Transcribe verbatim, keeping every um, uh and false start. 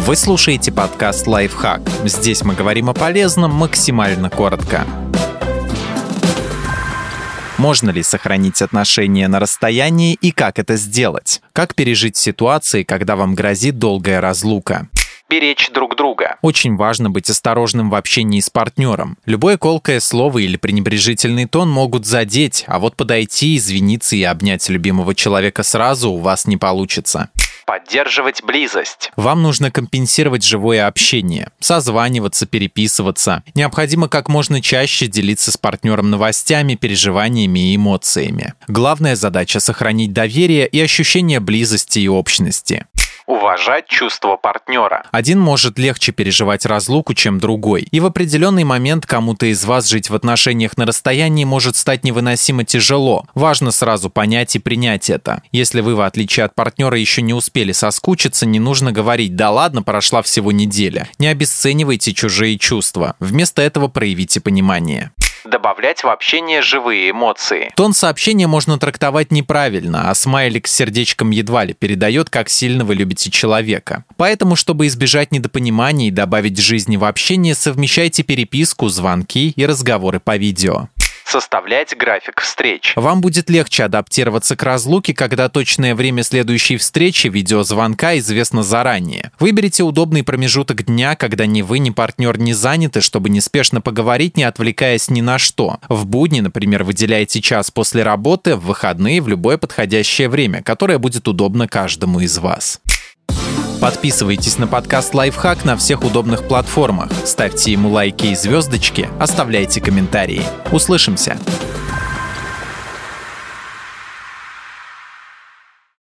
Вы слушаете подкаст «Лайфхак». Здесь мы говорим о полезном максимально коротко. Можно ли сохранить отношения на расстоянии и как это сделать? Как пережить ситуации, когда вам грозит долгая разлука? Беречь друг друга. Очень важно быть осторожным в общении с партнером. Любое колкое слово или пренебрежительный тон могут задеть, а вот подойти, извиниться и обнять любимого человека сразу у вас не получится. Поддерживать близость. Вам нужно компенсировать живое общение, созваниваться, переписываться. Необходимо как можно чаще делиться с партнером новостями, переживаниями и эмоциями. Главная задача — сохранить доверие и ощущение близости и общности. Уважать чувства партнера. Один может легче переживать разлуку, чем другой. И в определенный момент кому-то из вас жить в отношениях на расстоянии может стать невыносимо тяжело. Важно сразу понять и принять это. Если вы, в отличие от партнера, еще не успели соскучиться, не нужно говорить «да ладно, прошла всего неделя». Не обесценивайте чужие чувства. Вместо этого проявите понимание. Добавлять в общение живые эмоции. Тон сообщения можно трактовать неправильно, а смайлик с сердечком едва ли передает, как сильно вы любите человека. Поэтому, чтобы избежать недопониманий и добавить жизни в общение, совмещайте переписку, звонки и разговоры по видео. Составлять график встреч. Вам будет легче адаптироваться к разлуке, когда точное время следующей встречи, видеозвонка, известно заранее. Выберите удобный промежуток дня, когда ни вы, ни партнер не заняты, чтобы неспешно поговорить, не отвлекаясь ни на что. В будни, например, выделяйте час после работы, в выходные — в любое подходящее время, которое будет удобно каждому из вас. Подписывайтесь на подкаст «Лайфхак» на всех удобных платформах, ставьте ему лайки и звездочки, оставляйте комментарии. Услышимся!